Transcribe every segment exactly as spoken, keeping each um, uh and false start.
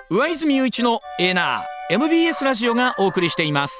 上泉雄一のエーナー エムビーエス ラジオがお送りしています。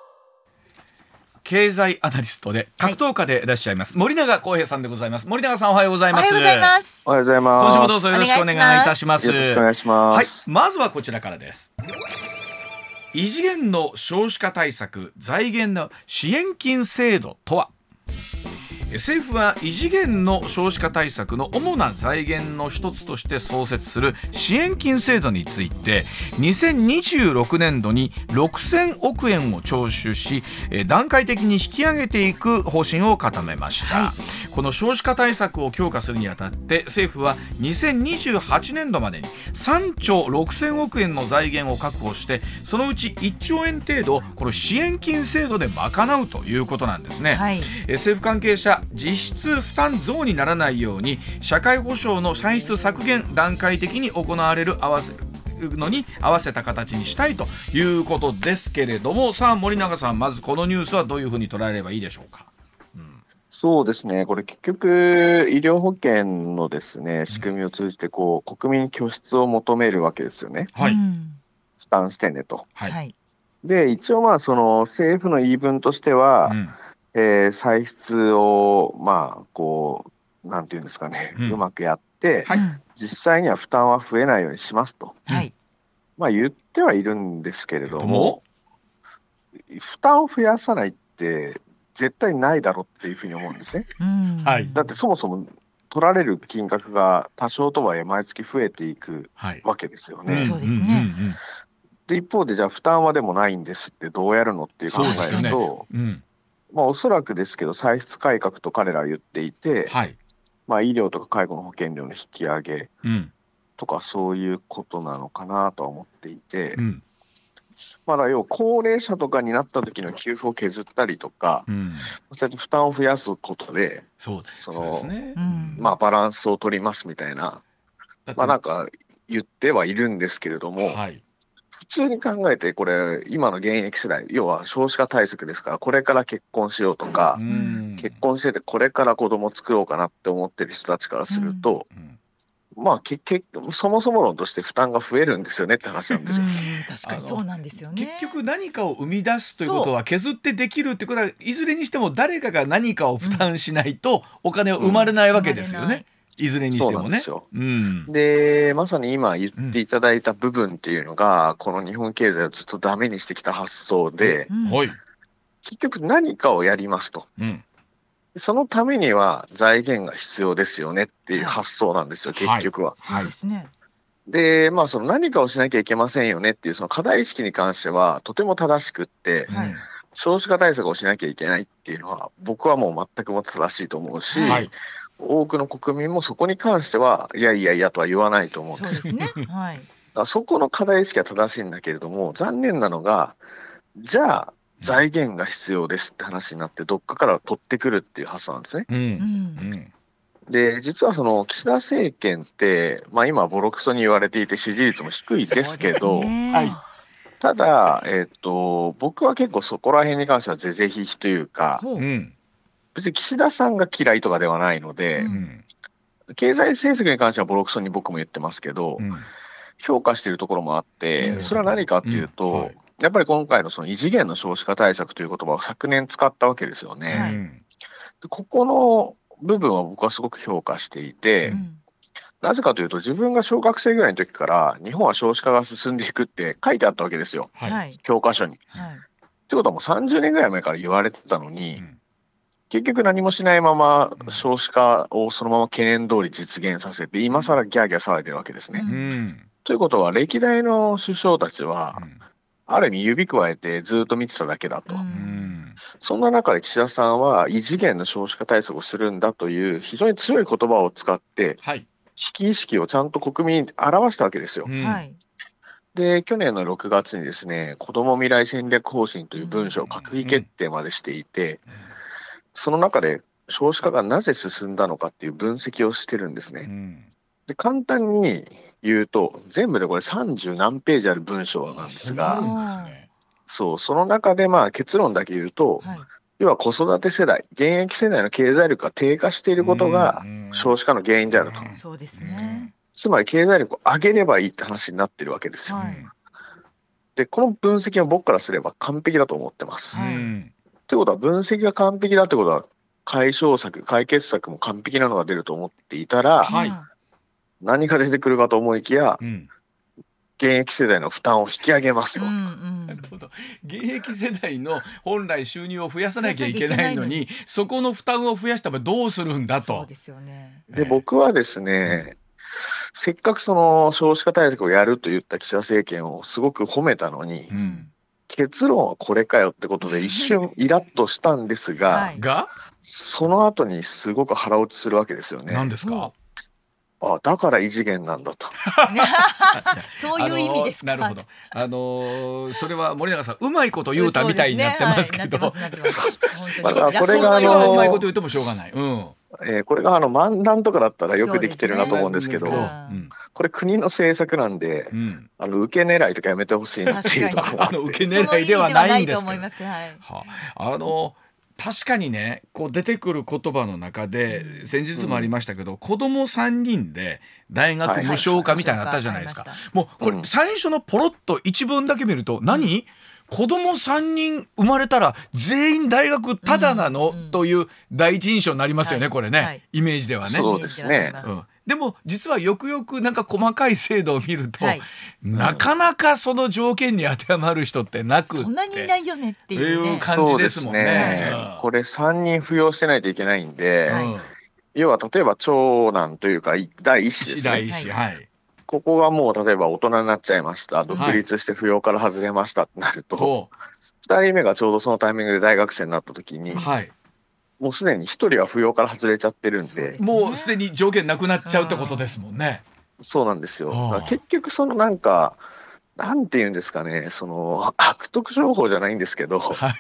経済アナリストで格闘家でいらっしゃいます、はい、森永康平さんでございます。森永さん、おはようございます。 おはようございます。 おはようございます。 今週もどうぞよろしくお願いいたします。 よろしくお願いします。 はい、まずはこちらからです。異次元の少子化対策、財源の支援金制度とは。政府は異次元の少子化対策の主な財源の一つとして創設する支援金制度について、にせんにじゅうろくねんどにろくせんおくえんを徴収し、段階的に引き上げていく方針を固めました、はい、この少子化対策を強化するにあたって政府はにせんにじゅうはちねんどまでにさんちょうろくせんおくえんの財源を確保して、そのうちいっちょうえん程度この支援金制度で賄うということなんですね、はい、政府関係者、実質負担増にならないように社会保障の歳出削減段階的に行われる合わせるのに合わせた形にしたいということですけれども、さあ森永さん、まずこのニュースはどういうふうに捉えればいいでしょうか。 うん、そうですね、これ結局医療保険のですね仕組みを通じてこう国民に拠出を求めるわけですよね、 はい、 負担してねと、 はい、 で一応まあその政府の言い分としては、うんえー、歳出をまあこうなんていうんですかね、うん、うまくやって、はい、実際には負担は増えないようにしますと、はい、まあ言ってはいるんですけれども、負担を増やさないって絶対ないだろうっていうふうに思うんですね、うん、だってそもそも取られる金額が多少とはいえ毎月増えていくわけですよね、はい、 そうですね。 で一方でじゃあ負担はでもないんですってどうやるのっていう考えると、まあ、おそらくですけど歳出改革と彼らは言っていて、はい、まあ、医療とか介護の保険料の引き上げとかそういうことなのかなとは思っていて、うん、まだ要は高齢者とかになった時の給付を削ったりとか、うん、そうやって負担を増やすことで、そうですその、ね、まあ、バランスを取りますみたいな、まあ、なんか言ってはいるんですけれども、はい、普通に考えてこれ今の現役世代、要は少子化対策ですから、これから結婚しようとか、うん、結婚しててこれから子供作ろうかなって思ってる人たちからすると、うんうん、まあけけそもそも論として負担が増えるんですよねって話なんですよ、 うん、確かにそうなんですよね。 結局何かを生み出すということは削ってできるってことは、いずれにしても誰かが何かを負担しないとお金は生まれないわけですよね、うんうんいずれにしてもね。 そうなんですよ、うん、でまさに今言っていただいた部分っていうのが、うん、この日本経済をずっとダメにしてきた発想で、うん、結局何かをやりますと、うん、そのためには財源が必要ですよねっていう発想なんですよ、はい、結局は、 はい、そうですね。 でまあその何かをしなきゃいけませんよねっていうその課題意識に関してはとても正しくって、はい、少子化対策をしなきゃいけないっていうのは僕はもう全くも正しいと思うし、はい、多くの国民もそこに関してはいやいやいやとは言わないと思うんですよ。 そうですね、はい、だからそこの課題意識は正しいんだけれども、残念なのがじゃあ財源が必要ですって話になってどっかから取ってくるっていう発想なんですね、うんうん、で実はその岸田政権って、まあ、今ボロクソに言われていて支持率も低いですけど、はいただ、えーと、僕は結構そこら辺に関しては是々非々というか、うん、別に岸田さんが嫌いとかではないので、うん、経済政策に関してはボロクソに僕も言ってますけど、うん、評価しているところもあって、うん、それは何かっていうと、うんはい、やっぱり今回のその異次元の少子化対策という言葉を昨年使ったわけですよね、はい、でここの部分は僕はすごく評価していて、うんなぜかというと自分が小学生ぐらいの時から日本は少子化が進んでいくって書いてあったわけですよ、はい、教科書に、はい、ってことはもうさんじゅうねんぐらい前から言われてたのに、うん、結局何もしないまま少子化をそのまま懸念通り実現させて今更ギャーギャー騒いでるわけですね、うん、ということは歴代の首相たちは、うん、ある意味指くわえてずっと見てただけだと、うん、そんな中で岸田さんは異次元の少子化対策をするんだという非常に強い言葉を使って、はい危機意識をちゃんと国民に表したわけですよ、うん、で去年のろくがつにですね子ども未来戦略方針という文書を閣議決定までしていて、うん、その中で少子化がなぜ進んだのかっていう分析をしてるんですね、うん、で簡単に言うと全部でこれさんじゅうなんページある文章なんですが、そう、その中でまあ結論だけ言うと、はい要は子育て世代、現役世代の経済力が低下していることが少子化の原因であると。 そうですね。 つまり経済力を上げればいいって話になってるわけですよ。 はい、 でこの分析は僕からすれば完璧だと思ってます。 はい、 ってことは分析が完璧だってことは解消策解決策も完璧なのが出ると思っていたら、 はい、 何が出てくるかと思いきや、 うん、 現役世代の負担を引き上げますよ、 うんうん、 なるほど。現役世代の本来収入を増やさなきゃいけないのに、そこの負担を増やしたらどうするんだと。 そうですよね。 で僕はですね、せっかくその少子化対策をやると言った岸田政権をすごく褒めたのに、 うん、 結論はこれかよってことで一瞬イラッとしたんですが、 はい、 がその後にすごく腹落ちするわけですよね。 何ですか？ あ、だから異次元なんだとそういう意味ですか？ あのー、なるほど。あのー、それは森永さんうまいこと言うたみたいになってますけど、 そうですね、はい、なってますなってますだからこれがそっちはあのうまいこと言ってもしょうがない、うん、 えー、これがあの漫談とかだったらよくできてるなと思うんですけど、 そうですね、 うん、 これ国の政策なんで、うん、あの受け狙いとかやめてほしいなっていうところがあって、 あの受け狙いではないんですけど、 はい、 はあ、あの確かにねこう出てくる言葉の中で、うん、先日もありましたけど、うん、子供さんにんで大学無償化みたいなのあったじゃないですか、はいはい、もうこれ最初のポロッと一文だけ見ると、うん、何子供さんにん生まれたら全員大学タダなの、うんうん、という第一印象になりますよね、はい、これね、はい、イメージではね。 そうですね、 うん、でも実はよくよくなんか細かい制度を見ると、はい、なかなかその条件に当てはまる人ってなくって、 そんなにいないよねっていう、ね、 いう感じですもんね。 そうですね、うん、これさんにん扶養してないといけないんで、 はい、 要は例えば長男というか第一子ですね、 第一子、はい、 ここがもう例えば大人になっちゃいました、独立して扶養から外れましたってなると、はい、ふたりめがちょうどそのタイミングで大学生になった時に、はい、もうすでにひとりは扶養から外れちゃってるんで、 ね、もうすでに条件なくなっちゃうってことですもんね。 そうなんですよ。だから結局そのなんかなんていうんですかね、その悪徳商法じゃないんですけど、はい、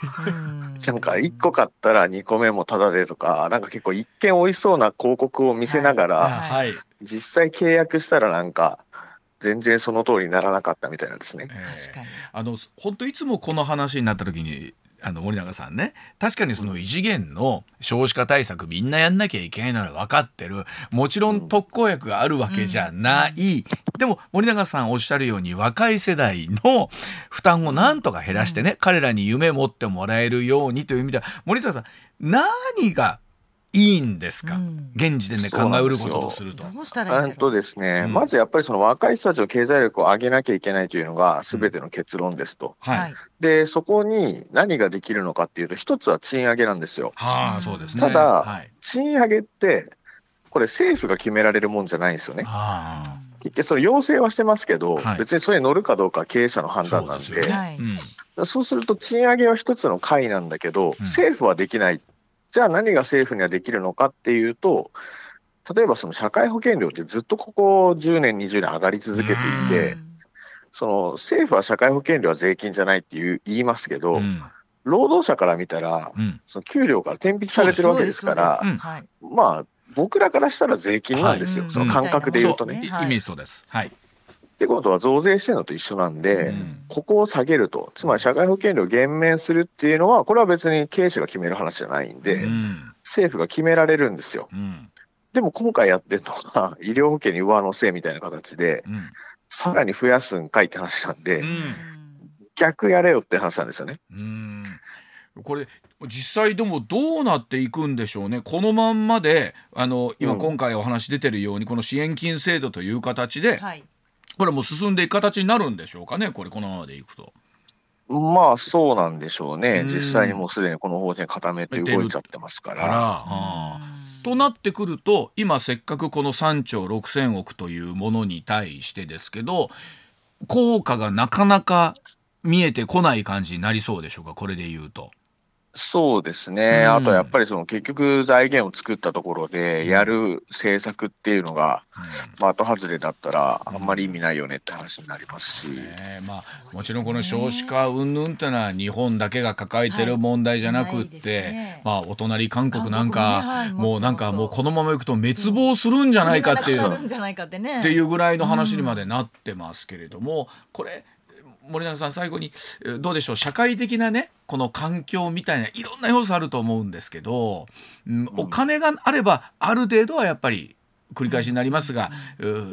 なんかいっこ買ったらにこめもタダでとか、なんか結構一見美味しそうな広告を見せながら、はいはい、実際契約したらなんか全然その通りにならなかったみたいなんですね。 えー、確かにあの本当いつもこの話になった時にあの森永さんね、確かにその異次元の少子化対策みんなやんなきゃいけないのは分かってる、もちろん特効薬があるわけじゃない、うん、でも森永さんおっしゃるように若い世代の負担をなんとか減らしてね、うん、彼らに夢持ってもらえるようにという意味では森永さん何がいいんですか、うん、現時点で考えうることとすると。 どうしたらいいんだろう。 とですね、うん、まずやっぱりその若い人たちの経済力を上げなきゃいけないというのが全ての結論ですと、うん、はい、でそこに何ができるのかっていうと、一つは賃上げなんですよ。 はあ、そうですね。 ただ、 はい、 賃上げってこれ政府が決められるもんじゃないんですよね。はあ、結局その要請はしてますけど、はい、別にそれに乗るかどうかは経営者の判断なんで、そうですよね、うん、そうすると賃上げは一つの会なんだけど、うん、政府はできない。じゃあ何が政府にはできるのかっていうと、例えばその社会保険料ってずっとここじゅうねんにじゅうねん上がり続けていて、その政府は社会保険料は税金じゃないっていう言いますけど、うん、労働者から見たら、うん、その給料から転引きされてるわけですから、まあ僕らからしたら税金なんですよ、はい、その感覚で言うとね、 イメージそうです、はい、 ってことは増税してるのと一緒なんで、うん、ここを下げると、つまり社会保険料を減免するっていうのはこれは別に経営者が決める話じゃないんで、うん、政府が決められるんですよ、うん、でも今回やってるのは医療保険に上乗せみたいな形で、うん、さらに増やすんかいって話なんで、うん、逆やれよって話なんですよね。 うん、これ実際でもどうなっていくんでしょうね。このまんまであの今今回お話出てるように、この支援金制度という形で、はい、これもう進んでいく形になるんでしょうかね、これこのままでいくと。 まあそうなんでしょうね。実際にもうすでにこの法人固めて動いちゃってますから。 あとなってくると、今せっかくこのさんちょうろくせんおくというものに対してですけど、効果がなかなか見えてこない感じになりそうでしょうか、これで言うと。 そうですね、うん、あとやっぱりその結局財源を作ったところでやる政策っていうのが、うん、まあ、後外れだったらあんまり意味ないよねって話になりますし、うんね、まあ、もちろんこの少子化云々ってのは日本だけが抱えてる問題じゃなくって、はいね、まあ、お隣韓国なんか、ね、はい、もうなんかもうこのままいくと滅亡するんじゃないかっていうっていうぐらいの話にまでなってますけれども、これ森永さん最後にどうでしょう、社会的なねこの環境みたいないろんな要素あると思うんですけど、うん、お金があればある程度はやっぱり繰り返しになりますが、うん、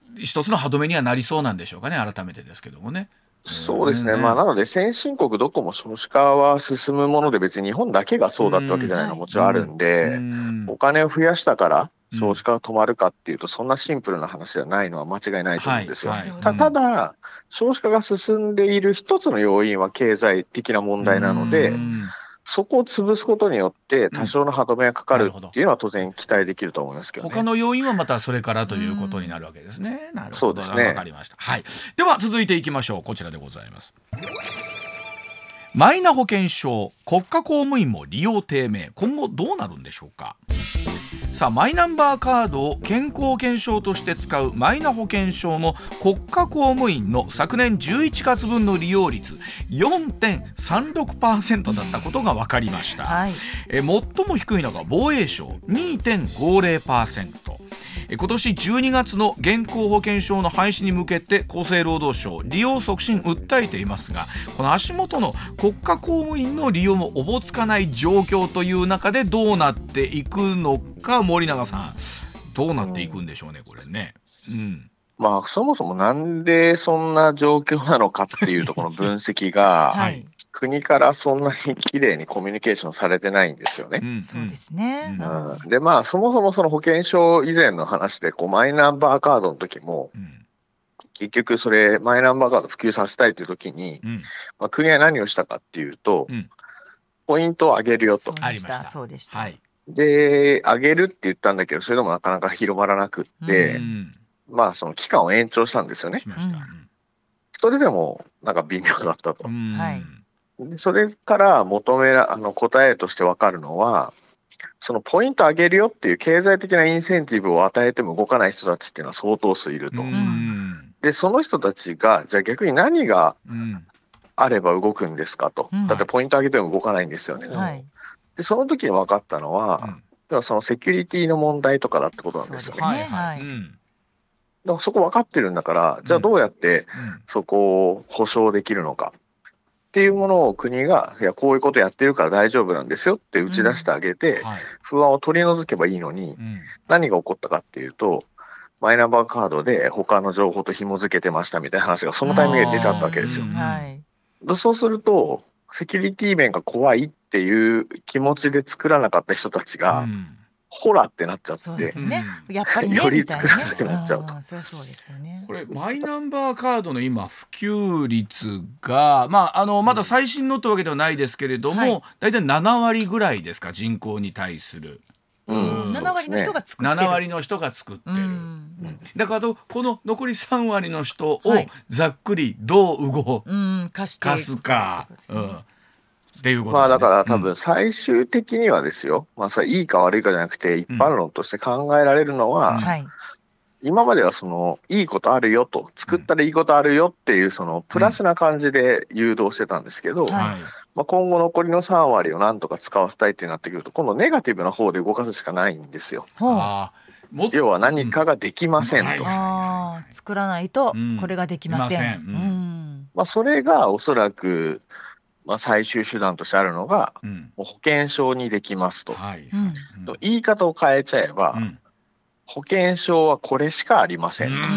一つの歯止めにはなりそうなんでしょうかね、改めてですけどもね。 そうですね、 うんまあ、なので先進国どこも少子化は進むもので、別に日本だけがそうだったわけじゃないのはもちろんあるんで、 うんお金を増やしたから少子化が止まるかっていうと、そんなシンプルな話ではないのは間違いないと思うんですよ。 はいはいたただ、少子化が進んでいる一つの要因は経済的な問題なので、 うんそこを潰すことによって多少の歯止めがかかるっていうのは当然期待できると思いますけどね。 他の要因はまたそれからということになるわけですね。なるほど、 そうですね。 わかりました。はい。では続いていきましょう。こちらでございます。マイナ保険証、国家公務員も利用低迷、今後どうなるんでしょうか。さあ、マイナンバーカードを健康保険証として使うマイナ保険証の国家公務員の昨年じゅういちがつぶんの利用率 よんてんさんろくパーセント だったことが分かりました、はい、え最も低いのが防衛省 にてんごぜろパーセント。今年じゅうにがつの現行保険証の廃止に向けて厚生労働省利用促進訴えていますが、この足元の国家公務員の利用もおぼつかない状況という中でどうなっていくのか、森永さんどうなっていくんでしょうね、これね。うん、 まあそもそもなんでそんな状況なのかっていうところの分析が、はい、国からそんなに綺麗にコミュニケーションされてないんですよね。 うん、そうですね、 うん、でまあそもそもその保険証以前の話でこうマイナンバーカードの時も、うん、結局それマイナンバーカード普及させたいという時に、うんまあ、国は何をしたかっていうと、うん、ポイントを上げるよと。 そうでしたそうでした、はい、 で上げるって言ったんだけど、それでもなかなか広まらなくって、うん、まあその期間を延長したんですよね。 しました、うん、 それでもなんか微妙だったと。 うん、はいでそれから求めらあの答えとして分かるのは、そのポイント上げるよっていう経済的なインセンティブを与えても動かない人たちっていうのは相当数いると。でその人たちがじゃあ逆に何があれば動くんですかと、うん、だってポイント上げても動かないんですよね、うん、でその時に分かったのは、うん、そのセキュリティの問題とかだってことなんですよね。 そうですね、はい、 だからそこ分かってるんだから、じゃあどうやってそこを保証できるのかっていうものを国が、いやこういうことやってるから大丈夫なんですよって打ち出してあげて、うんはい、不安を取り除けばいいのに、うん、何が起こったかっていうと、マイナンバーカードで他の情報と紐付けてましたみたいな話がそのタイミングで出ちゃったわけですよ。 うんはい、 そうするとセキュリティ面が怖いっていう気持ちで作らなかった人たちが、うんホラってなっちゃって、 そうですね、やっぱりね、 より作らなくなっちゃうと。 そうそうですよね。 これマイナンバーカードの今普及率が、まあ、あのまだ最新のってわけではないですけれども、はい、だいたいななわりぐらいですか、人口に対する。 うん、ななわりの人が作ってる。 ななわりの人が作ってる。うん、だからこの残りさんわりの人をざっくりどう動かすか。っていうことまあだから多分最終的にはですよ、うん、まあそれいいか悪いかじゃなくて一般論として考えられるのは、うん、今まではそのいいことあるよと、作ったらいいことあるよっていうそのプラスな感じで誘導してたんですけど、うんまあ、今後残りのさんわりをなんとか使わせたいってなってくると、今度ネガティブな方で動かすしかないんですよ。 あ要は何かができませんと、 うんあ作らないとこれができません、うんうんまあ、それがおそらくまあ、最終手段としてあるのが、うん、保険証にできますと、はいうん、言い方を変えちゃえば、うん、保険証はこれしかありませんと、うんうんうん、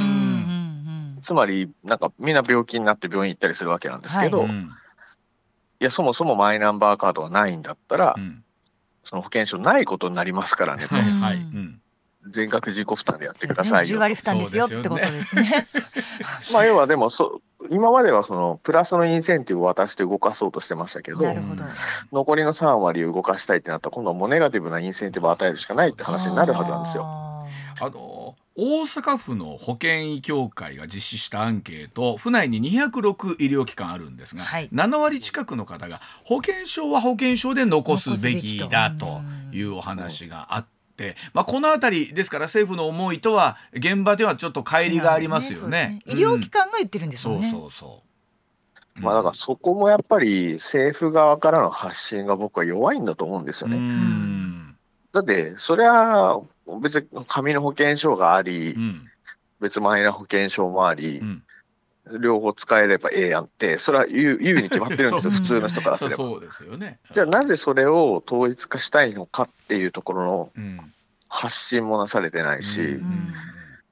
つまりなんかみんな病気になって病院行ったりするわけなんですけど、はい、いやそもそもマイナンバーカードがないんだったら、うん、その保険証ないことになりますからねと、はいはいうん全額自己負担でやってくださいよ、 じゅうわり負担ですよってことですね。 まあ要はでもそ今まではそのプラスのインセンティブを渡して動かそうとしてましたけど、 なるほど残りのさんわりを動かしたいってなったら今度はもうネガティブなインセンティブを与えるしかないって話になるはずなんですよ。 あの大阪府の保険医協会が実施したアンケート、府内ににひゃくろく医療機関あるんですが、はい、ななわり近くの方が保険証は保険証で残すべきだというお話があって、まあ、このあたりですから政府の思いとは現場ではちょっと乖離がありますよね。 ねね医療機関が言ってるんですよね、 うん、そうそうそう、 うん、まあだからそこもやっぱり政府側からの発信が僕は弱いんだと思うんですよね。うんだってそれは別に紙の保険証があり、うん、別マイナ保険証もあり、うん両方使えればええやんってそれは言う、言うに決まってるんですよ普通の人からすれば。 そうですよね。 じゃあなぜそれを統一化したいのかっていうところの発信もなされてないし、うん、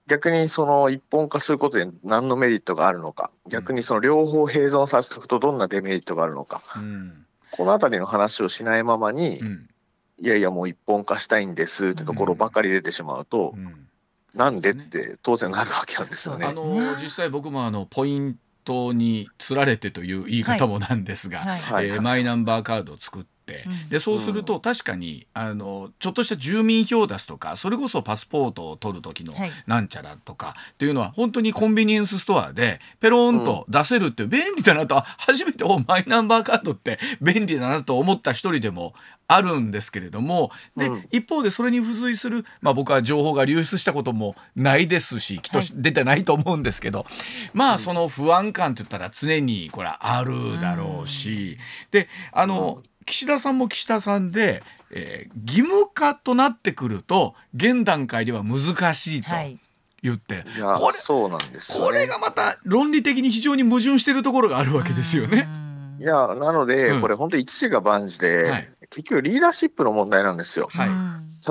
逆にその一本化することで何のメリットがあるのか、逆にその両方併存させておくとどんなデメリットがあるのか、うん、このあたりの話をしないままに、うん、いやいやもう一本化したいんですってところばかり出てしまうと、うんうん、なんでって当然なるわけなんですよね。 あの実際僕もあのポイントにつられてという言い方もなんですが、はいはいえー、マイナンバーカードを作ってでそうすると確かにあのちょっとした住民票を出すとかそれこそパスポートを取る時のなんちゃらとかっていうのは本当にコンビニエンスストアでペロンと出せるって便利だなと、初めておマイナンバーカードって便利だなと思った一人でもあるんですけれども、で、うん、一方でそれに付随する、まあ、僕は情報が流出したこともないですしきっと出てないと思うんですけど、はい、まあその不安感って言ったら常にこれあるだろうし、うん、であの、うん岸田さんも岸田さんで、えー、義務化となってくると現段階では難しいと言って、はい、 いやこれそうなんですよね、 これがまた論理的に非常に矛盾しているところがあるわけですよね。 いやなので、うん、これ本当一事が万事で、はい、結局リーダーシップの問題なんですよ、はい、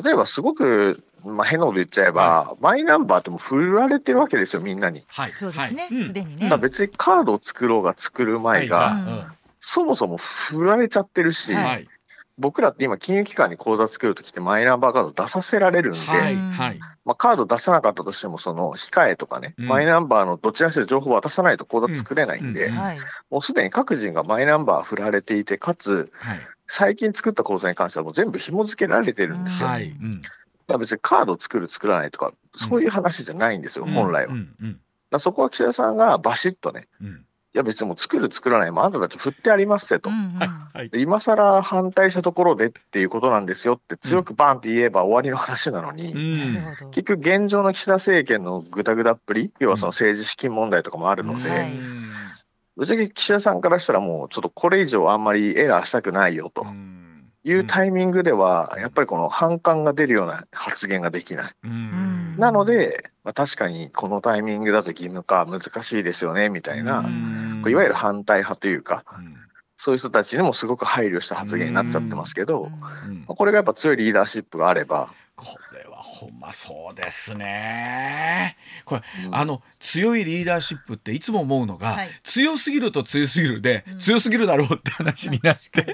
例えばすごくまあ、変なこと言っちゃえば、はい、マイナンバーってもう振られてるわけですよみんなに、 はい、そうですねすで、にねだから別にカードを作ろうが作る前が、はいうんそもそも振られちゃってるし、はい、僕らって今金融機関に口座作るときってマイナンバーカード出させられるんで、はいはいまあ、カード出さなかったとしてもその控えとかね、うん、マイナンバーのどちらにせよ情報を渡さないと口座作れないんで、うんうんうん、もうすでに各人がマイナンバー振られていてかつ、はい、最近作った口座に関してはもう全部紐付けられてるんですよ、はいうん、だから別にカード作る作らないとかそういう話じゃないんですよ、うん、本来は、うんうんうん、だからそこは岸田さんがバシッとね、うんいや別にもう作る作らないもあなたたち振ってありますってと、うんうん、今更反対したところでっていうことなんですよって強くバンって言えば終わりの話なのに、うん、結局現状の岸田政権のグダグダっぷり要はその政治資金問題とかもあるので、うん、ぶっちゃけ岸田さんからしたらもうちょっとこれ以上あんまりエラーしたくないよというタイミングではやっぱりこの反感が出るような発言ができない、うん、なので、まあ、確かにこのタイミングだと義務化難しいですよねみたいな、いわゆる反対派というか、うん、そういう人たちにもすごく配慮した発言になっちゃってますけど、うん、これがやっぱ強いリーダーシップがあればこれはほんまそうですね。これ、うん、あの強いリーダーシップっていつも思うのが、はい、強すぎると強すぎるで、うん、強すぎるだろうって話になって、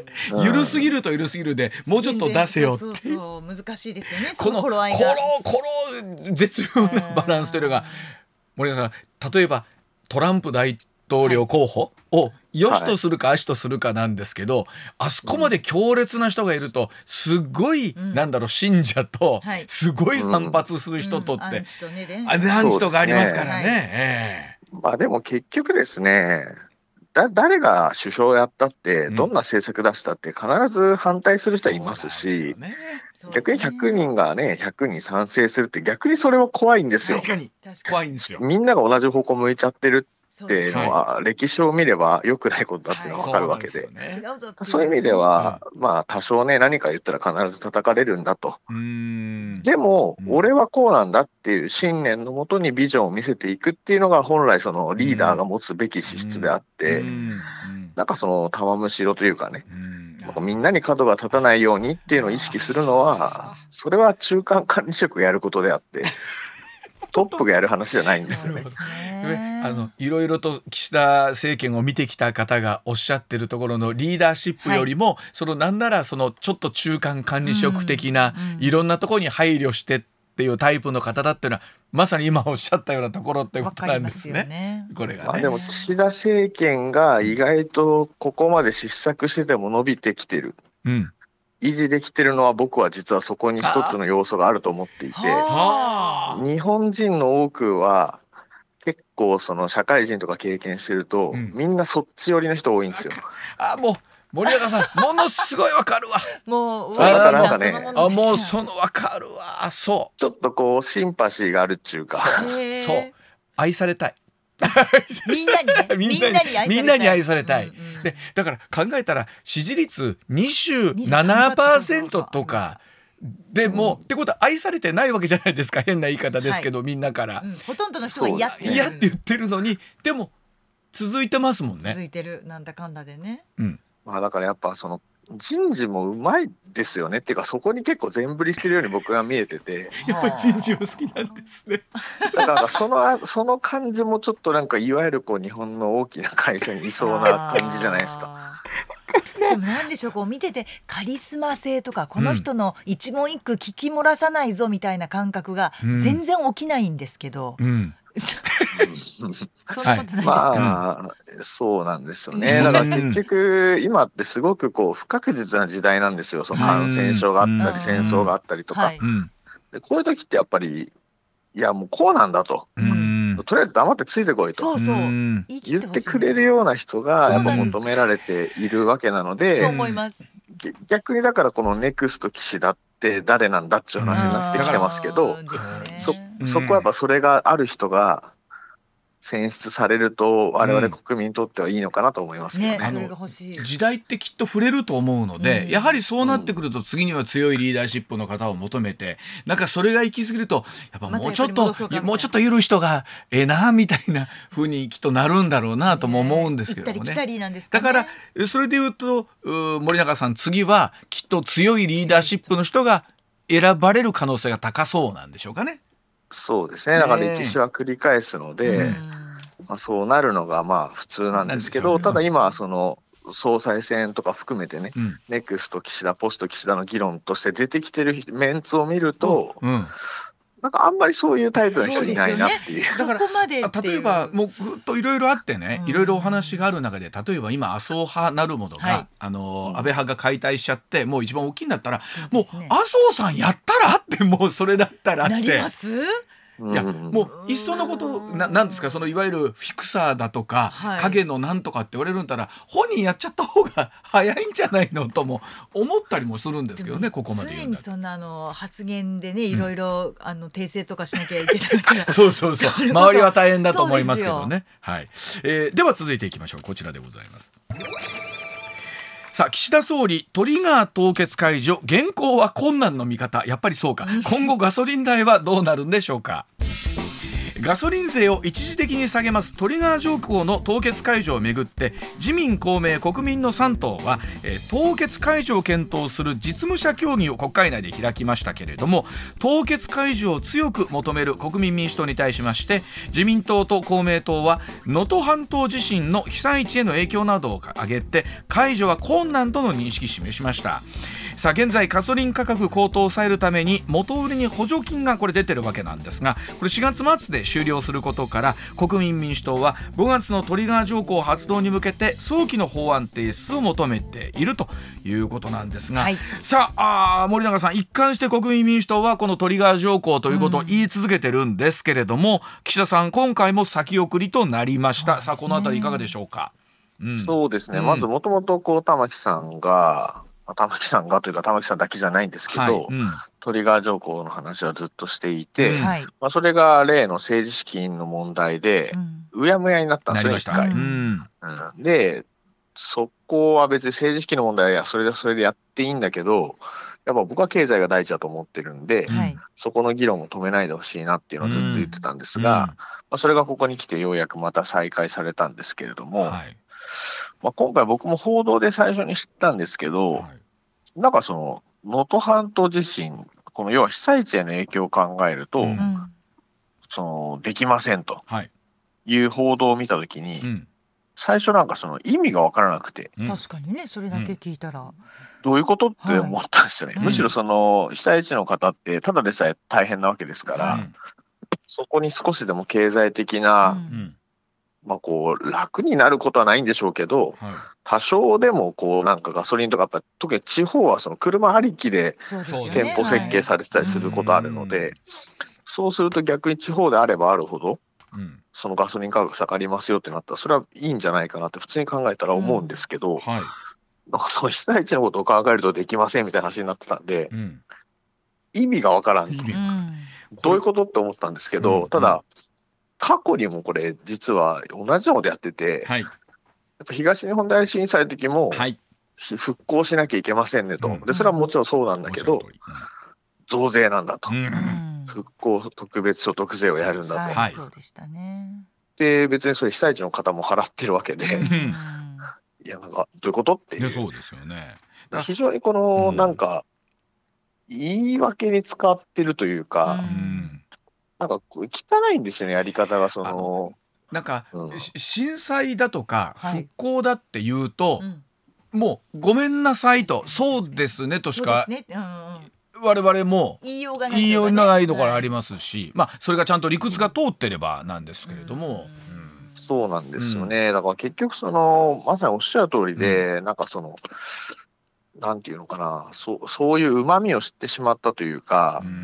うん、緩すぎると緩すぎるでもうちょっと出せよってそうそうそう難しいですよねこの頃合いがこのこの絶妙なバランスというのが森田さん例えばトランプ大統領候補を良しとするか悪しとするかなんですけど、はい、あそこまで強烈な人がいるとすごい、うん、なんだろう信者とすごい反発する人とって、うんうん、アンチとねアンチとがありますからね、ねはいまあ、でも結局ですねだ誰が首相やったってどんな政策出したって必ず反対する人はいますし、うんね、逆にひゃくにんがねひゃくにん賛成するって逆にそれは怖いんですよ。 確かに怖いんですよ。 みんなが同じ方向向いちゃってるっていうのは歴史を見れば良くないことだっていうのは分かるわけで、はいそう、ね、そういう意味では、うん、まあ多少ね何か言ったら必ず叩かれるんだと。うーんでも、うん、俺はこうなんだっていう信念のもとにビジョンを見せていくっていうのが本来そのリーダーが持つべき資質であって、うん、なんかその玉むしろというかね、うん、みんなに角が立たないようにっていうのを意識するのはそれは中間管理職がやることであってトップがやる話じゃないんですよね。 あのいろいろと岸田政権を見てきた方がおっしゃってるところのリーダーシップよりも、はい、そのなんならそのちょっと中間管理職的な、うんうん、いろんなところに配慮してっていうタイプの方だっていうのはまさに今おっしゃったようなところってことなんですね。ねこれがね、 まあ、でも岸田政権が意外とここまで失策してても伸びてきてる、うん、維持できてるのは僕は実はそこに一つの要素があると思っていて、日本人の多くは結構その社会人とか経験してると、うん、みんなそっち寄りの人多いんですよ。 あもう森永さんものすごいわかるわもうだからなんかねあもうそのわかるわそうちょっとこうシンパシーがあるっちゅうかそう愛されたいみんなにねみんなに愛されたい、うんうん、でだから考えたら支持率 にじゅうななパーセント とかでも、うん、ってことは愛されてないわけじゃないですか変な言い方ですけど、はい、みんなから、うん、 ほとんどの人が嫌って嫌って言ってるのにでも続いてますもんね。 続いてるなんだかんだでね、 うんまあ、だからやっぱその人事もうまいですよねっていうか、そこに結構全振りしてるように僕は見えててやっぱり人事も好きなんですね。 だからそのその感じもちょっとなんかいわゆるこう日本の大きな会社にいそうな感じじゃないですか。 でもなんでしょう、こう見ててカリスマ性とかこの人の一言一句聞き漏らさないぞみたいな感覚が全然起きないんですけど、うんうんそんなことないですか。 まあ、そうなんですよね。だから結局今ってすごくこう不確実な時代なんですよ。その感染症があったり戦争があったりとか、でこういう時ってやっぱりいやもうこうなんだと、とりあえず黙ってついてこいとそうそう言ってくれるような人がやっぱ求められているわけなので、 そう思います。 逆にだからこのネクスト岸田って誰なんだっていう話になってきてますけど、そそこはやっぱそれがある人が選出されると我々国民にとってはいいのかなと思いますけどね。 ね、それが欲しい。 時代ってきっと触れると思うので、うん、やはりそうなってくると次には強いリーダーシップの方を求めて、なんかそれが行き過ぎるとやっぱもうちょっと、ま、もうちょっといる人がええなみたいな風にきっとなるんだろうなとも思うんですけどもね。 行ったり来たりなんですかね。 だからそれで言うと森永さん、次はきっと強いリーダーシップの人が選ばれる可能性が高そうなんでしょうかね。 そうですね。だから歴史は繰り返すので、まあ、そうなるのがまあ普通なんですけど、ただ今はその総裁選とか含めてね、うん、ネクスト岸田ポスト岸田の議論として出てきてるメンツを見ると、うん、なんかあんまりそういうタイプの人いないなっていう。 そこまでっていう。 例えばもうぐっといろいろあってね、いろいろお話がある中で、例えば今麻生派なるものが、はい、あの、うん、安倍派が解体しちゃってもう一番大きいんだったら、ね、もう麻生さんやったらってもうそれだったらってなります。 いやもういっそのことな、なんですか、そのいわゆるフィクサーだとか、はい、影のなんとかって言われるんだら本人やっちゃった方が早いんじゃないのとも思ったりもするんですけどね。ここまで常にそんなあの発言でね、いろいろ、うん、あの訂正とかしなきゃいけないからそうそうそう周りは大変だと思いますけどね。はい、えー、では続いていきましょう。こちらでございます。さあ、岸田総理トリガー凍結解除、現行は困難の味方。やっぱりそうか。今後ガソリン代はどうなるんでしょうか。ガソリン税を一時的に下げますトリガー条項の凍結解除をめぐって、自民公明国民のさん党は、えー、凍結解除を検討する実務者協議を国会内で開きましたけれども、凍結解除を強く求める国民民主党に対しまして、自民党と公明党は能登半島地震の被災地への影響などを挙げて解除は困難との認識を示しました。さあ、現在ガソリン価格高騰を抑えるために元売りに補助金がこれ出てるわけなんですが、これしがつ末で終了することから、国民民主党はごがつのトリガー条項発動に向けて早期の法案提出を求めているということなんですが、はい、さあ、あ森永さん、一貫して国民民主党はこのトリガー条項ということを言い続けてるんですけれども、うん、岸田さん今回も先送りとなりました。さあ、このあたりいかがでしょうか。 うん、そうですね、うん、まずもともとこう玉木さんが玉木さんがというか玉木さんだけじゃないんですけど、はい、うん、トリガー条項の話はずっとしていて、うん、まあ、それが例の政治資金の問題で、うん、うやむやになったんですよ、一回、うんうん、でそこは別に政治資金の問題はそれでそれでやっていいんだけど、やっぱ僕は経済が大事だと思ってるんで、うん、そこの議論を止めないでほしいなっていうのをずっと言ってたんですが、うんうん、まあ、それがここに来てようやくまた再開されたんですけれども、はい、まあ、今回僕も報道で最初に知ったんですけど、はい、なんかその能登半島地震、この要は被災地への影響を考えると、うん、そのできませんという報道を見たときに、うん、最初なんかその意味が分からなくて、 うん、確かにね、それだけ聞いたら、うん、 どういうことって思ったんですよね、はい、むしろその被災地の方ってただでさえ大変なわけですから、うん、そこに少しでも経済的な、うん、まあ、こう楽になることはないんでしょうけど、はい、多少でもこうなんかガソリンとかやっぱ特に地方はその車ありきで店舗設計されてたりすることあるので、はい、そうすると逆に地方であればあるほど、うん、そのガソリン価格下がりますよってなったらそれはいいんじゃないかなって普通に考えたら思うんですけど、うん、はい、なんかその被災地のことを考えるとできませんみたいな話になってたんで、うん、意味がわからんと、うん、どういうことって思ったんですけど、うん、ただ過去にもこれ実は同じようなことやってて、はい、やっぱ東日本大震災の時も復興しなきゃいけませんねと、はい、でそれはもちろんそうなんだけど、うん、増税なんだと、うん、復興特別所得税をやるんだと、 はい、そうでしたね。 で別にそれ被災地の方も払ってるわけで、うん、いやなんかどういうことっていう。 そうですよね。 非常にこの、うん、なんか言い訳に使ってるというか、うん、なんか汚いんですよね、やり方が。そのなんか、うん、震災だとか復興だって言うと、はい、もうごめんなさいと、そうですねとしか、ね、うんうん、我々も言いようがないのからありますし、まあそれがちゃんと理屈が通ってればなんですけれども、 うんうん、そうなんですよね、うん、だから結局そのまさにおっしゃる通りで、うん、なんかそのなんていうのかな、そう、そういう旨味を知ってしまったというか、うん、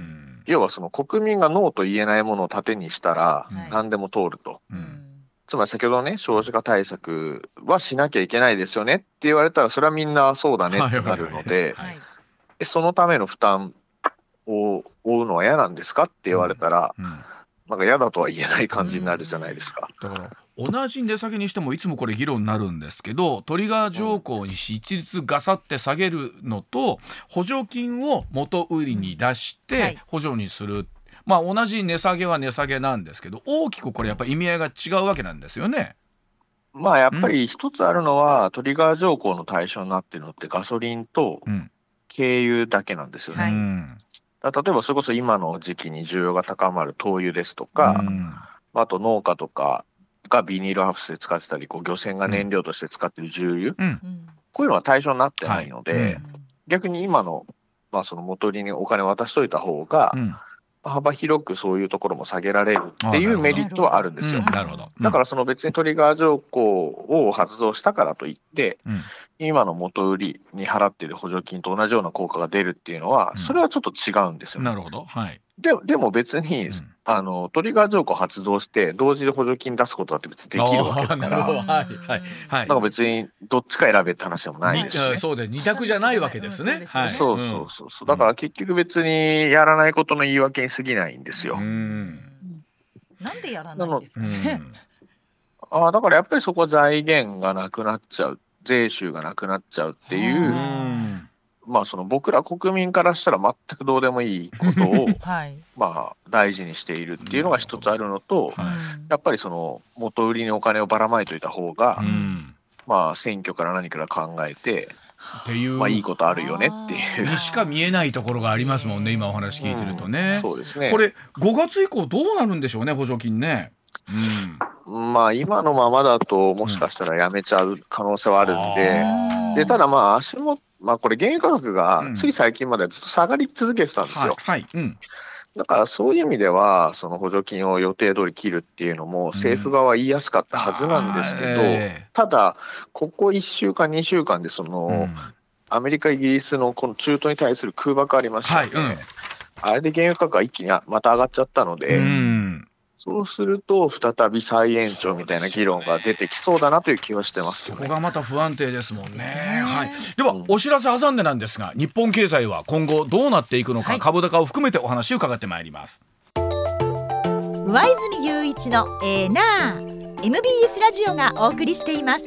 要はその国民がノーと言えないものを盾にしたら何でも通ると、うん、つまり先ほどね、少子化対策はしなきゃいけないですよねって言われたら、それはみんなそうだねってなるので、そのための負担を負うのは嫌なんですかって言われたら、うんうん、なんか嫌だとは言えない感じになるじゃないですか。 だから同じ値下げにしてもいつもこれ議論になるんですけど、トリガー条項に一律ガサって下げるのと、補助金を元売りに出して補助にする、はい、まあ同じ値下げは値下げなんですけど、大きくこれやっぱり意味合いが違うわけなんですよね。 まあやっぱり一つあるのは、うん、トリガー条項の対象になっているのってガソリンと軽油だけなんですよね、うん、例えばそれこそ今の時期に需要が高まる灯油ですとか、うん、あと農家とかがビニールハウスで使ってたり、こう漁船が燃料として使ってる重油、うん、こういうのは対象になってないので、はいうん、逆に今の、まあ、その元売りにお金を渡しといた方が、うん、幅広くそういうところも下げられるっていうメリットはあるんですよ。 なるほど。 だからその別にトリガー条項を発動したからといって、うん、今の元売りに払っている補助金と同じような効果が出るっていうのは、それはちょっと違うんですよ、 うん、なるほど。はい。 で, でも別に、うん、あのトリガー条項発動して同時で補助金出すことだって別にできるわけだから、はいはいはい、なんか別にどっちか選べって話でもないですし、ね、 そうで二択じゃないわけですね。 はい、そうそうそうそう、だから結局別にやらないことの言い訳に過ぎないんですよ。うん、 なんでやらないんですかね。 あ、だからやっぱりそこは財源がなくなっちゃう、税収がなくなっちゃうっていう、うんまあその僕ら国民からしたら全くどうでもいいことを、はい、まあ大事にしているっていうのが一つあるのと、はい、やっぱりその元売りにお金をばらまいといた方が、うん、まあ選挙から何から考えてっていう、まあいいことあるよねっていうにしか見えないところがありますもんね、今お話聞いてるとね、 うん、そうですね。 これごがつ以降どうなるんでしょうね、補助金ね。 うん、まあ今のままだともしかしたらやめちゃう可能性はあるんで、うん、でただまあ足元まあこれ原油価格がつい最近までずっと下がり続けてたんですよ、うんはいはいうん、だからそういう意味ではその補助金を予定通り切るっていうのも政府側は言いやすかったはずなんですけど、うんえー、ただここいっしゅうかんにしゅうかんでその、うん、アメリカイギリスのこの中東に対する空爆ありましたね、はいうん、あれで原油価格が一気にまた上がっちゃったので、うんそうすると再び再延長みたいな議論が出てきそうだなという気はしてますけどね。 そこがまた不安定ですもんね。はい、では、うん、お知らせ挟んでなんですが、日本経済は今後どうなっていくのか、はい、株高を含めてお話を伺ってまいります。 上泉雄一のエーナー エムビーエス ラジオがお送りしています。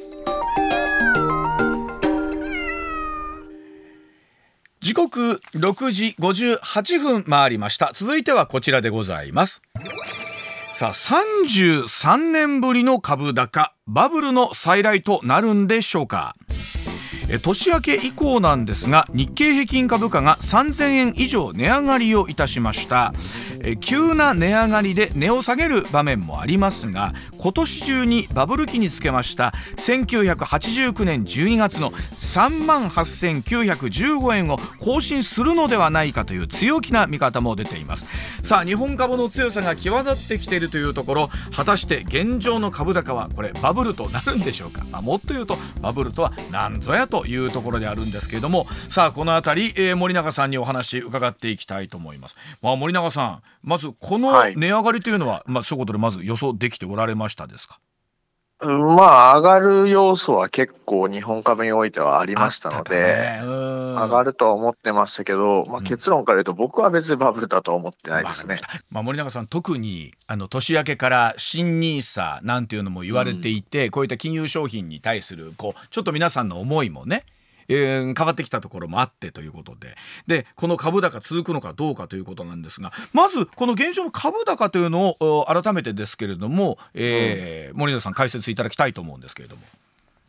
時刻ろくじごじゅうはちふん回りました。続いてはこちらでございます。さあさんじゅうさんねんぶりの株高、バブルの再来となるんでしょうか。え年明け以降なんですが、日経平均株価がさんぜんえん以上値上がりをいたしました。え急な値上がりで値を下げる場面もありますが、今年中にバブル期につけましたせんきゅうひゃくはちじゅうきゅうねんじゅうにがつのさんまんはっせんきゅうひゃくじゅうごえんを更新するのではないかという強気な見方も出ています。さあ日本株の強さが際立ってきているというところ、果たして現状の株高はこれバブルとなるんでしょうか。まあ、もっと言うとバブルとは何ぞやというところであるんですけれども、さあこのあたり、えー、森永さんにお話伺っていきたいと思います。まあ、森永さん、まずこの値上がりというのは、はい、まあ、一言でまず予想できておられましたですか。 まあ上がる要素は結構日本株においてはありましたので、上がるとは思ってましたけど、まあ、結論から言うと僕は別にバブルだとは思ってないですね。 まあ、森永さん、特にあの年明けから新ニーサなんていうのも言われていて、うん、こういった金融商品に対するこうちょっと皆さんの思いもね、えー、変わってきたところもあってということで、でこの株高続くのかどうかということなんですが、まずこの現状の株高というのを改めてですけれども、えーうん、森永さん解説いただきたいと思うんですけれども。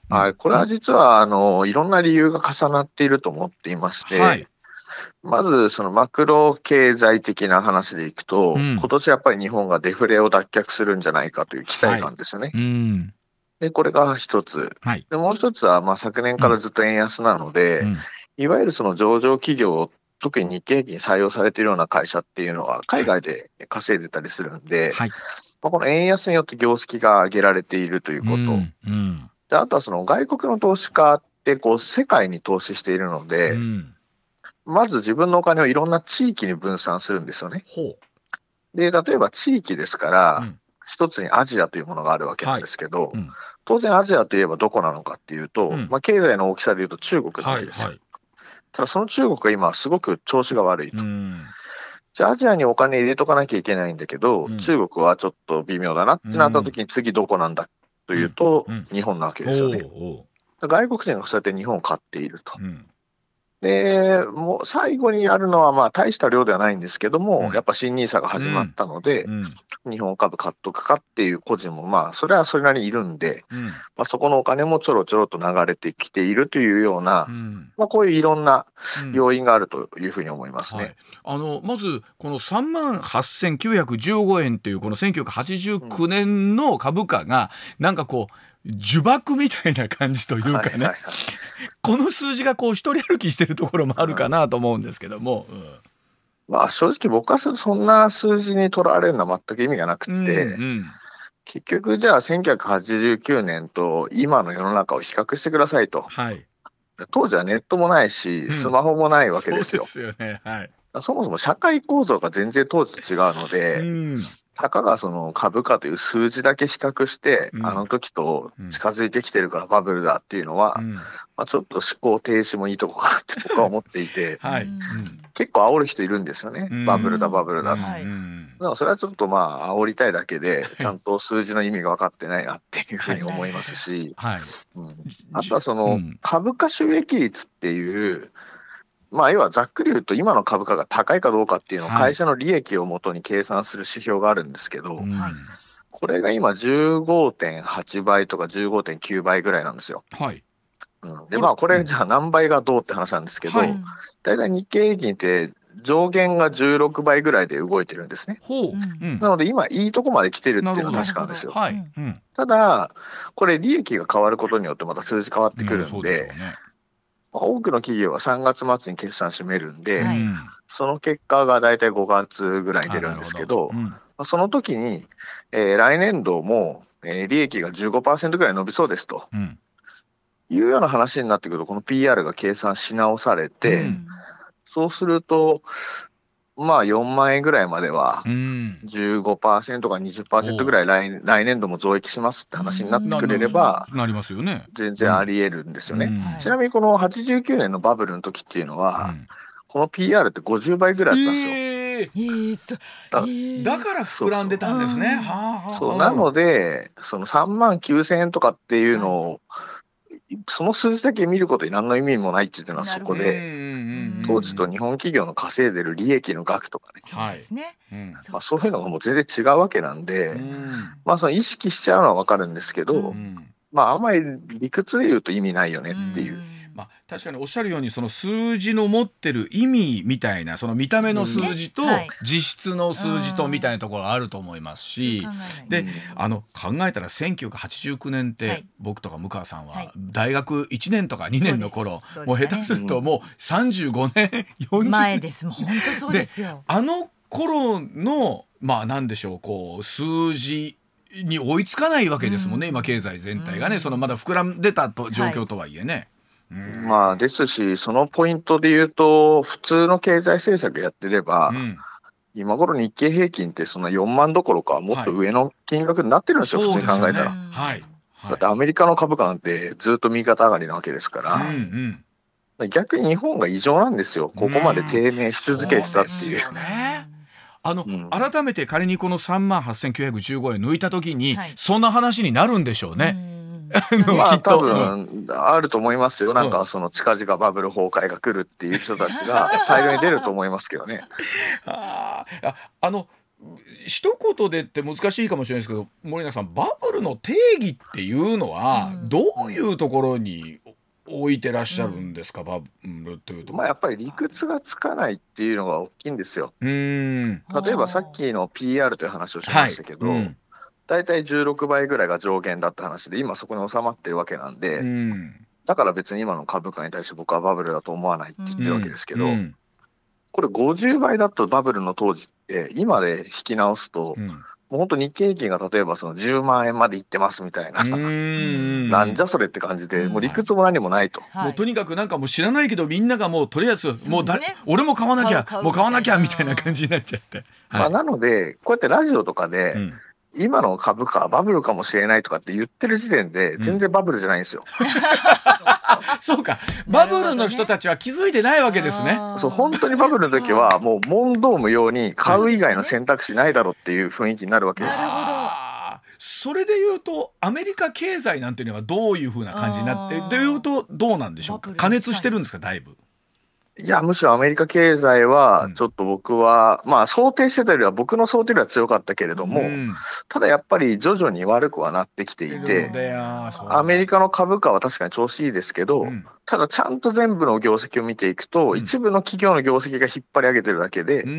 はい、これは実はあのいろんな理由が重なっていると思っていまして、はい、まずそのマクロ経済的な話でいくと、うん、今年やっぱり日本がデフレを脱却するんじゃないかという期待感ですよね。はい、うん、でこれが一つ、はい、でもう一つはまあ昨年からずっと円安なので、うん、いわゆるその上場企業、特に日経平均に採用されているような会社っていうのは海外で稼いでたりするんで、はい、まあ、この円安によって業績が上げられているということ、うんうん、であとはその外国の投資家ってこう世界に投資しているので、うん、まず自分のお金をいろんな地域に分散するんですよね。ほうで例えば地域ですから、うん、一つにアジアというものがあるわけなんですけど、はい、うん、当然アジアといえばどこなのかっていうと、うん、まあ、経済の大きさでいうと中国なわけですよ。はいはい、ただその中国が今すごく調子が悪いと。うん、じゃあアジアにお金入れとかなきゃいけないんだけど、うん、中国はちょっと微妙だなってなった時に次どこなんだというと、うんうん、日本なわけですよね。おうおう、外国人がそうやって日本を買っていると。うん、でもう最後にあるのはまあ大した量ではないんですけども、うん、やっぱ新ニーサが始まったので、うんうん、日本株買っとくかっていう個人もまあそれはそれなりにいるんで、うん、まあ、そこのお金もちょろちょろと流れてきているというような、うん、まあ、こういういろんな要因があるというふうに思いますね。うん、はい、 あのまずこのさんまんはっせんきゅうひゃくじゅうごえんというこのせんきゅうひゃくはちじゅうきゅうねんの株価がなんかこう呪縛みたいな感じというかね、はいはいはい、この数字がこう一人歩きしてるところもあるかなと思うんですけども、うん、 まあ正直僕はそんな数字にとらわれるのは全く意味がなくて、うんうん、結局じゃあせんきゅうひゃくはちじゅうきゅうねんと今の世の中を比較してくださいと、はい、当時はネットもないしスマホもないわけですよ。 うん、そうですよね、はい、 そもそも社会構造が全然当時と違うので、うん、たかがその株価という数字だけ比較して、うん、あの時と近づいてきてるからバブルだっていうのは、うん、まあ、ちょっと思考停止もいいとこかなって僕は思っていて、はい、うん、結構煽る人いるんですよね、うん、バブルだバブルだって、はい、だからそれはちょっとまあ煽りたいだけでちゃんと数字の意味が分かってないなっていうふうに思いますし、はいはい、うん、あとはその株価収益率っていうまあ、要はざっくり言うと今の株価が高いかどうかっていうのを会社の利益をもとに計算する指標があるんですけど、はい、これが今 じゅうごてんはち 倍とか じゅうごてんきゅう 倍ぐらいなんですよ。はい、うん、でまあこれじゃあ何倍がどうって話なんですけど、はい、だいたい日経平均って上限がじゅうろくばいぐらいで動いてるんですね。ほう、うん、なので今いいとこまで来てるっていうのは確かなんですよ。はい、うん、ただこれ利益が変わることによってまた数字変わってくるんで、うん、多くの企業はさんがつ末に決算締めるんで、はい、その結果がだいたいごがつぐらいに出るんですけど、うん、その時に、えー、来年度も、えー、利益が じゅうごパーセント ぐらい伸びそうですと、うん、いうような話になってくるとこの ピーアール が計算し直されて、うん、そうするとまあよんまんえんぐらいまでは じゅうごパーセント か にじゅっパーセント ぐらい 来, 来年度も増益しますって話になってくれればなりますよね。 全然あり得るんですよね、うん、ちなみにこのはちじゅうきゅうねんのバブルの時っていうのは、うん、この ピーアール ってごじゅうばいぐらいあったんですよ。えー、だ, えー、だから膨らんでたんですね。 そうなのでそのさんまんきゅうせんえんとかっていうのを、はい、その数字だけ見ることに何の意味もないっていうのはそこで当時と日本企業の稼いでる利益の額とかね、 そうですね、 まあ、そういうのがもう全然違うわけなんで、うん、まあその意識しちゃうのは分かるんですけど、うん、まああんまり理屈で言うと意味ないよねっていう、うん、 まあ、確かにおっしゃるようにその数字の持ってる意味みたいなその見た目の数字と実質の数字とみたいなところあると思いますし、であの考えたらせんきゅうひゃくはちじゅうきゅうねんって僕とか向川さんは大学いちねんとかにねんの頃、もう下手するともうさんじゅうごねんよんじゅうねん前です。もう本当そうですよ。 あの頃のまあ何でしょうこう数字に追いつかないわけですもんね、今経済全体がね、そのまだ膨らんでたと状況とはいえね、 まあですしそのポイントで言うと普通の経済政策やってれば、うん、今頃日経平均ってそのよんまんどころかもっと上の金額になってるんですよ、はい、普通に考えたら、ね、はいはい、だってアメリカの株価なんてずっと右肩上がりなわけですから、うんうん、逆に日本が異常なんですよ、ここまで低迷し続けてたっていう、うん、ね、 あの、うん、改めて仮にこのさんまんはっせんきゅうひゃくじゅうごえん抜いた時に、はい、そんな話になるんでしょうね、うんまあ多分あると思いますよ。なんかその近々バブル崩壊が来るっていう人たちが大量に出ると思いますけどね。 ああの一言でって難しいかもしれないですけど、森永さん、バブルの定義っていうのはどういうところに置いてらっしゃるんですか、うん、バブルというと、 まあ、やっぱり理屈がつかないっていうのが大きいんですよ。 うーん、 例えばさっきの ピーアール という話をしましたけど、はい、うん、だいたいじゅうろくばいぐらいが上限だった話で、今そこに収まってるわけなんで、うん、だから別に今の株価に対して僕はバブルだと思わないって言ってるわけですけど、うんうん、これごじゅうばいだとバブルの当時って今で引き直すと、うん、もう本当日経平均が例えばそのじゅうまんえんまでいってますみたいな、うーんなんじゃそれって感じで、もう理屈も何もないと、 はい、もうとにかくなんかもう知らないけどみんながもうとりあえずもうだ、ね、俺も買わなきゃもう買わなきゃみたいな感じになっちゃって、はい、 まあ、なのでこうやってラジオとかで、うん、今の株価はバブルかもしれないとかって言ってる時点で全然バブルじゃないんですよ、うんそうか、バブルの人たちは気づいてないわけですね。 そう、本当にバブルの時はもう問答無用に買う以外の選択肢ないだろうっていう雰囲気になるわけですよ。 それでいうとアメリカ経済なんていうのはどういう風な感じになってでいうとどうなんでしょうか。過熱してるんですか、だいぶ。 いや、むしろアメリカ経済はちょっと僕は、うん、まあ想定してたよりは僕の想定よりは強かったけれども、うん、ただやっぱり徐々に悪くはなってきていて、アメリカの株価は確かに調子いいですけど、うん、ただちゃんと全部の業績を見ていくと、うん、一部の企業の業績が引っ張り上げてるだけで、うん、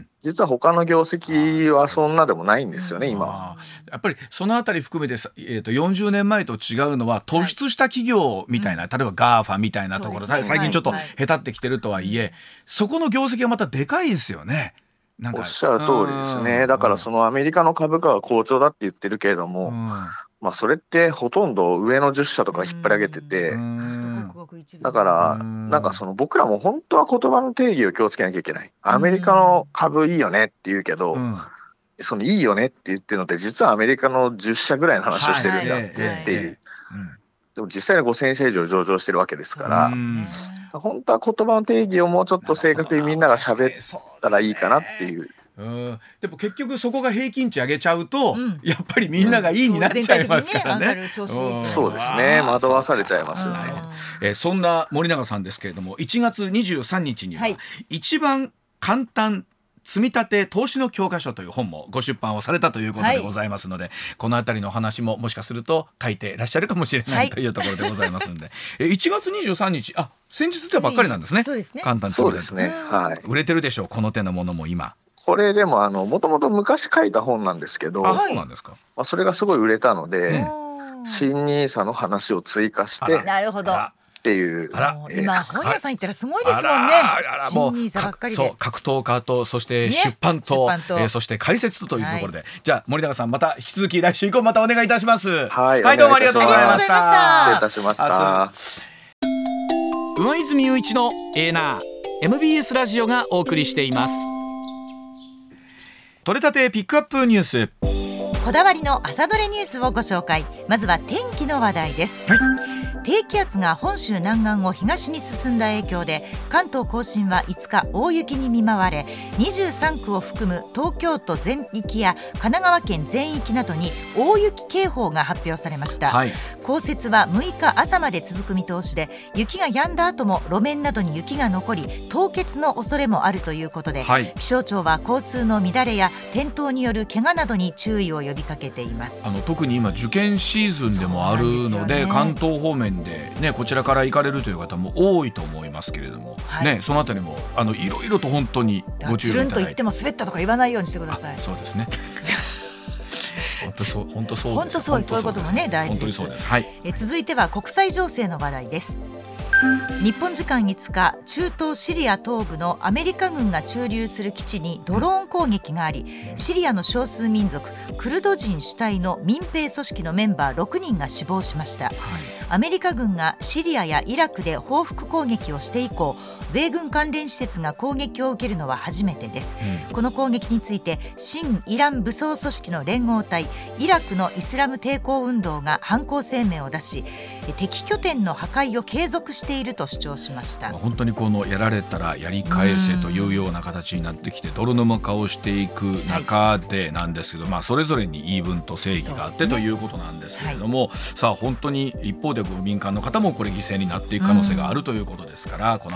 実は他の業績はそんなでもないんですよね、今は。 やっぱりそのあたり含めて、えーと、よんじゅうねんまえと違うのは突出した企業みたいな、はい、例えば ガーファ みたいなところ、ね、最近ちょっとへたってきてるとはいえ、はい、そこの業績はまたでかいですよね。なんかおっしゃる通りですね。だからそのアメリカの株価が好調だって言ってるけれども、うん、まあそれってほとんど上のじゅっしゃとか引っ張り上げてて、だからなんかその僕らも本当は言葉の定義を気をつけなきゃいけない。アメリカの株いいよねって言うけど、うん、そのいいよねって言ってるのって実はアメリカのじゅっしゃぐらいの話をしてるんだってっていう。でも実際にごせんしゃ以上上場してるわけですから、うん、本当は言葉の定義をもうちょっと正確にみんなが喋ったらいいかなっていう。 うん、でも結局そこが平均値上げちゃうと、うん、やっぱりみんながいいになっちゃいますからね。うん、 そうですね、惑わされちゃいますね。 えー、そんな森永さんですけれども、いちがつにじゅうさんにちには、はい、一番簡単積み立て投資の教科書という本もご出版をされたということでございますので、はい、このあたりの話ももしかすると書いていらっしゃるかもしれない、はい、というところでございますのでえいちがつにじゅうさんにち、あ、先日でばっかりなんですね。 そうですね、 簡単そうですね、はい、 売れてるでしょう、この手のものも今。 これでもあのもともと昔書いた本なんですけど、 あ、そうなんですか。 まあ、それがすごい売れたので、新ニーサの話を追加してなるほどっていう、 あら、えー、今本屋さん行ったらすごいですもんね。新ニーサばっかりで、 そう、格闘家とそして出版と、ね、えー、そして解説とというところで、はい、じゃあ森永さんまた引き続き来週以降またお願いいたします。 はい、 はい、どうもありがとうございました。 失礼いたしました。 上泉雄一のエーナー エムビーエス ラジオがお送りしています。取れたてピックアップニュース、 こだわりの朝どれニュースをご紹介。まずは天気の話題です、はい。低気圧が本州南岸を東に進んだ影響で関東甲信はいつか大雪に見舞われ、にじゅうさんくを含む東京都全域や神奈川県全域などに大雪警報が発表されました、はい、降雪はむいか朝まで続く見通しで、雪が止んだ後も路面などに雪が残り凍結の恐れもあるということで、はい、気象庁は交通の乱れや転倒による怪我などに注意を呼びかけています。 あの特に今受験シーズンでもあるの で, で、ね、関東方面で、ね、こちらから行かれるという方も多いと思いますけれども、はい、ね、そのあたりもあのいろいろと本当にご注意いただいて、 つるんと言っても滑ったとか言わないようにしてください。 そうですね本当そう、本当そうです。 本当そう、そういうこともね大事です。 本当にそうです、はい、 え続いては国際情勢の話題です。日本時間いつか、中東シリア東部のアメリカ軍が駐留する基地にドローン攻撃があり、シリアの少数民族クルド人主体の民兵組織のメンバーろくにんが死亡しました、はい、アメリカ軍がシリアやイラクで報復攻撃をして以降、米軍関連施設が攻撃を受けるのは初めてです、うん、この攻撃について親イラン武装組織の連合体イラクのイスラム抵抗運動が犯行声明を出し、敵拠点の破壊を継続していると主張しました。 本当にこのやられたらやり返せというような形になってきて、泥沼化をしていく中でなんですけど、はい、まあ、それぞれに言い分と正義があって、ね、ということなんですけれども、はい、さあ本当に一方で民間の方もこれ犠牲になっていく可能性があるということですから、このあたり本当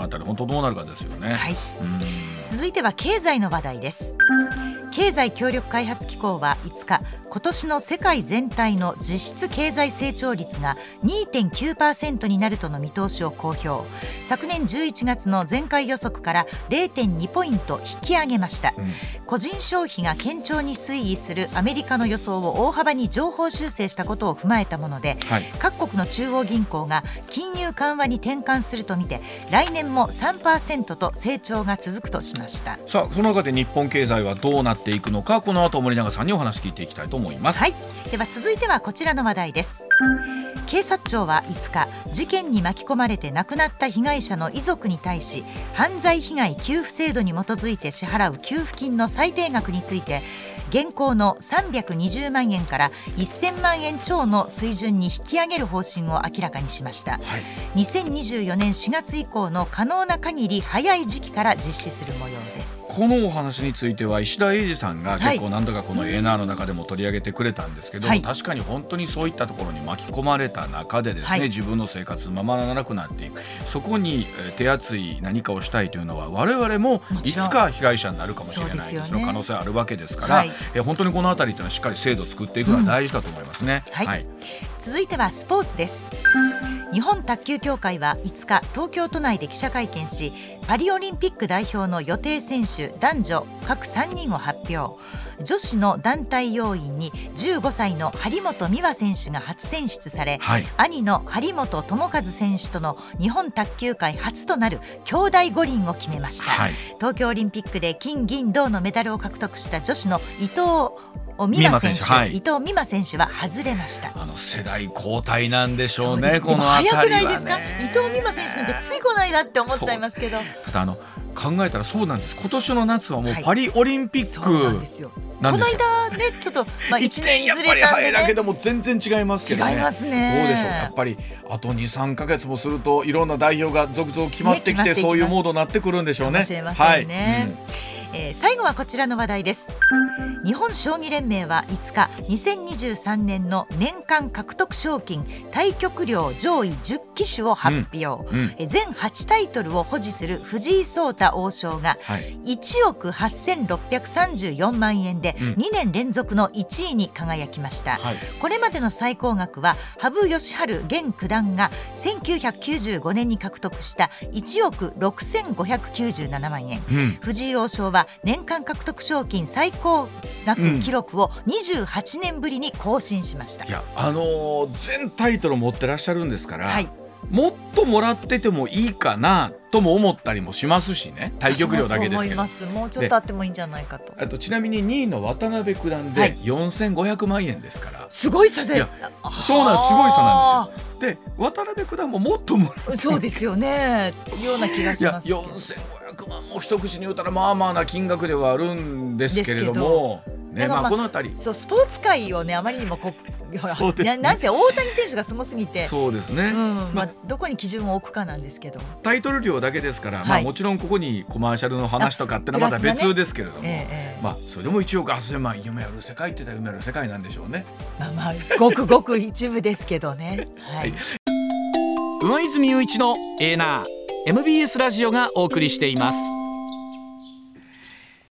後どうなるかですよね。 はい、 うん、 続いては経済の話題です。経済協力開発機構はいつか、今年の世界全体の実質経済成長率が にてんきゅうパーセント になるとの見通しを公表。昨年じゅういちがつの前回予測から れいてんにポイント引き上げました、うん、個人消費が堅調に推移するアメリカの予想を大幅に上方修正したことを踏まえたもので、はい、各国の中央銀行が金融緩和に転換するとみて、来年も さんパーセント と成長が続くとしました。 さあ、その中で日本経済はどうなっていくのか、この後森永さんにお話聞いていきたいと思います。 はい、では続いてはこちらの話題です。警察庁はいつか、事件に巻き込まれて亡くなった被害者の遺族に対し、犯罪被害給付制度に基づいて支払う給付金の最低額について、現行のさんびゃくにじゅうまんえんからせんまんえん超の水準に引き上げる方針を明らかにしました、はい、にせんにじゅうよねんしがつ以降の可能な限り早い時期から実施する模様です。 このお話については石田英二さんが結構何度かこの エーエヌアール の中でも取り上げてくれたんですけど、はい、確かに本当にそういったところに巻き込まれた中でですね、はい、自分の生活ままならなくなっていく、そこに手厚い何かをしたいというのは我々もいつか被害者になるかもしれない、その可能性あるわけですから、はい、え本当にこのあたりというのはしっかり制度を作っていくのは大事だと思いますね、 うん、はいはい、続いてはスポーツです。日本卓球協会はいつか、東京都内で記者会見し、パリオリンピック代表の予定選手男女各さんにんを発表。女子の団体要員にじゅうごさいの張本美和選手が初選出され、はい、兄の張本智和選手との日本卓球界初となる兄弟五輪を決めました、はい、東京オリンピックで金銀銅のメダルを獲得した女子の伊藤美誠選手、はい、伊藤美誠選手は外れました。 あの世代交代なんでしょうね。このあたりはね、早くないですか。伊藤美誠選手なんてついこないなって思っちゃいますけど、 ただあの考えたらそうなんです。今年の夏はもうパリオリンピック、はい、なんですよ。この間ね、ちょっと、まあ、いちねんずれたんで、ね、 やっぱり早いだけでも全然違いますけどね。 違いますね。 どうでしょう。やっぱりあと にさんかげつもするといろんな代表が続々決まってきて、ね、そういうモードになってくるんでしょうね。 かもしれませんね、はい、うん、えー、最後はこちらの話題です。日本将棋連盟はいつか、にせんにじゅうさんねんの年間獲得賞金対局料上位じゅっきしゅを発表、うんうん、え全はちタイトルを保持する藤井聡太王将がいちおくはっせんろっぴゃくさんじゅうよんまんえんでにねん連続のいちいに輝きました、はい、これまでの最高額は羽生善治現九段がせんきゅうひゃくきゅうじゅうごねんに獲得したいちおくろくせんごひゃくきゅうじゅうななまんえん、うん、藤井王将は年間獲得賞金最高額記録をにじゅうはちねんぶりに更新しました、 うん、いや、あのー、全タイトル持ってらっしゃるんですから、はい、もっともらっててもいいかなとも思ったりもしますしね。対局料だけですけど、 私もそう思います。もうちょっとあってもいいんじゃないかと。 あとちなみににいの渡辺九段でよんせんごひゃくまんえんですから、はい、 すごい差で、 そうなんです、すごい差なんですよ。で渡辺九段ももっともらう、 そうですよね、ような気がしますけど、 いやよんせんごひゃくまんも一口に言うたらまあまあな金額ではあるんですけれどもね、まあ、このあたりそうスポーツ界をね、あまりにもこそうですね、な, なんせ大谷選手がすごすぎて、 そうですね、 うん、まあ、どこに基準を置くかなんですけど、 タイトル料だけですから、はい、まあ、もちろんここにコマーシャルの話とかってのはまた別ですけれども、ねええ、まあ、それでもいちおくはっせんまん夢ある世界って言ったら夢ある世界なんでしょうね。 まあまあごくごく一部ですけどね、はい、 上泉雄一のエーナー エムビーエス ラジオがお送りしています。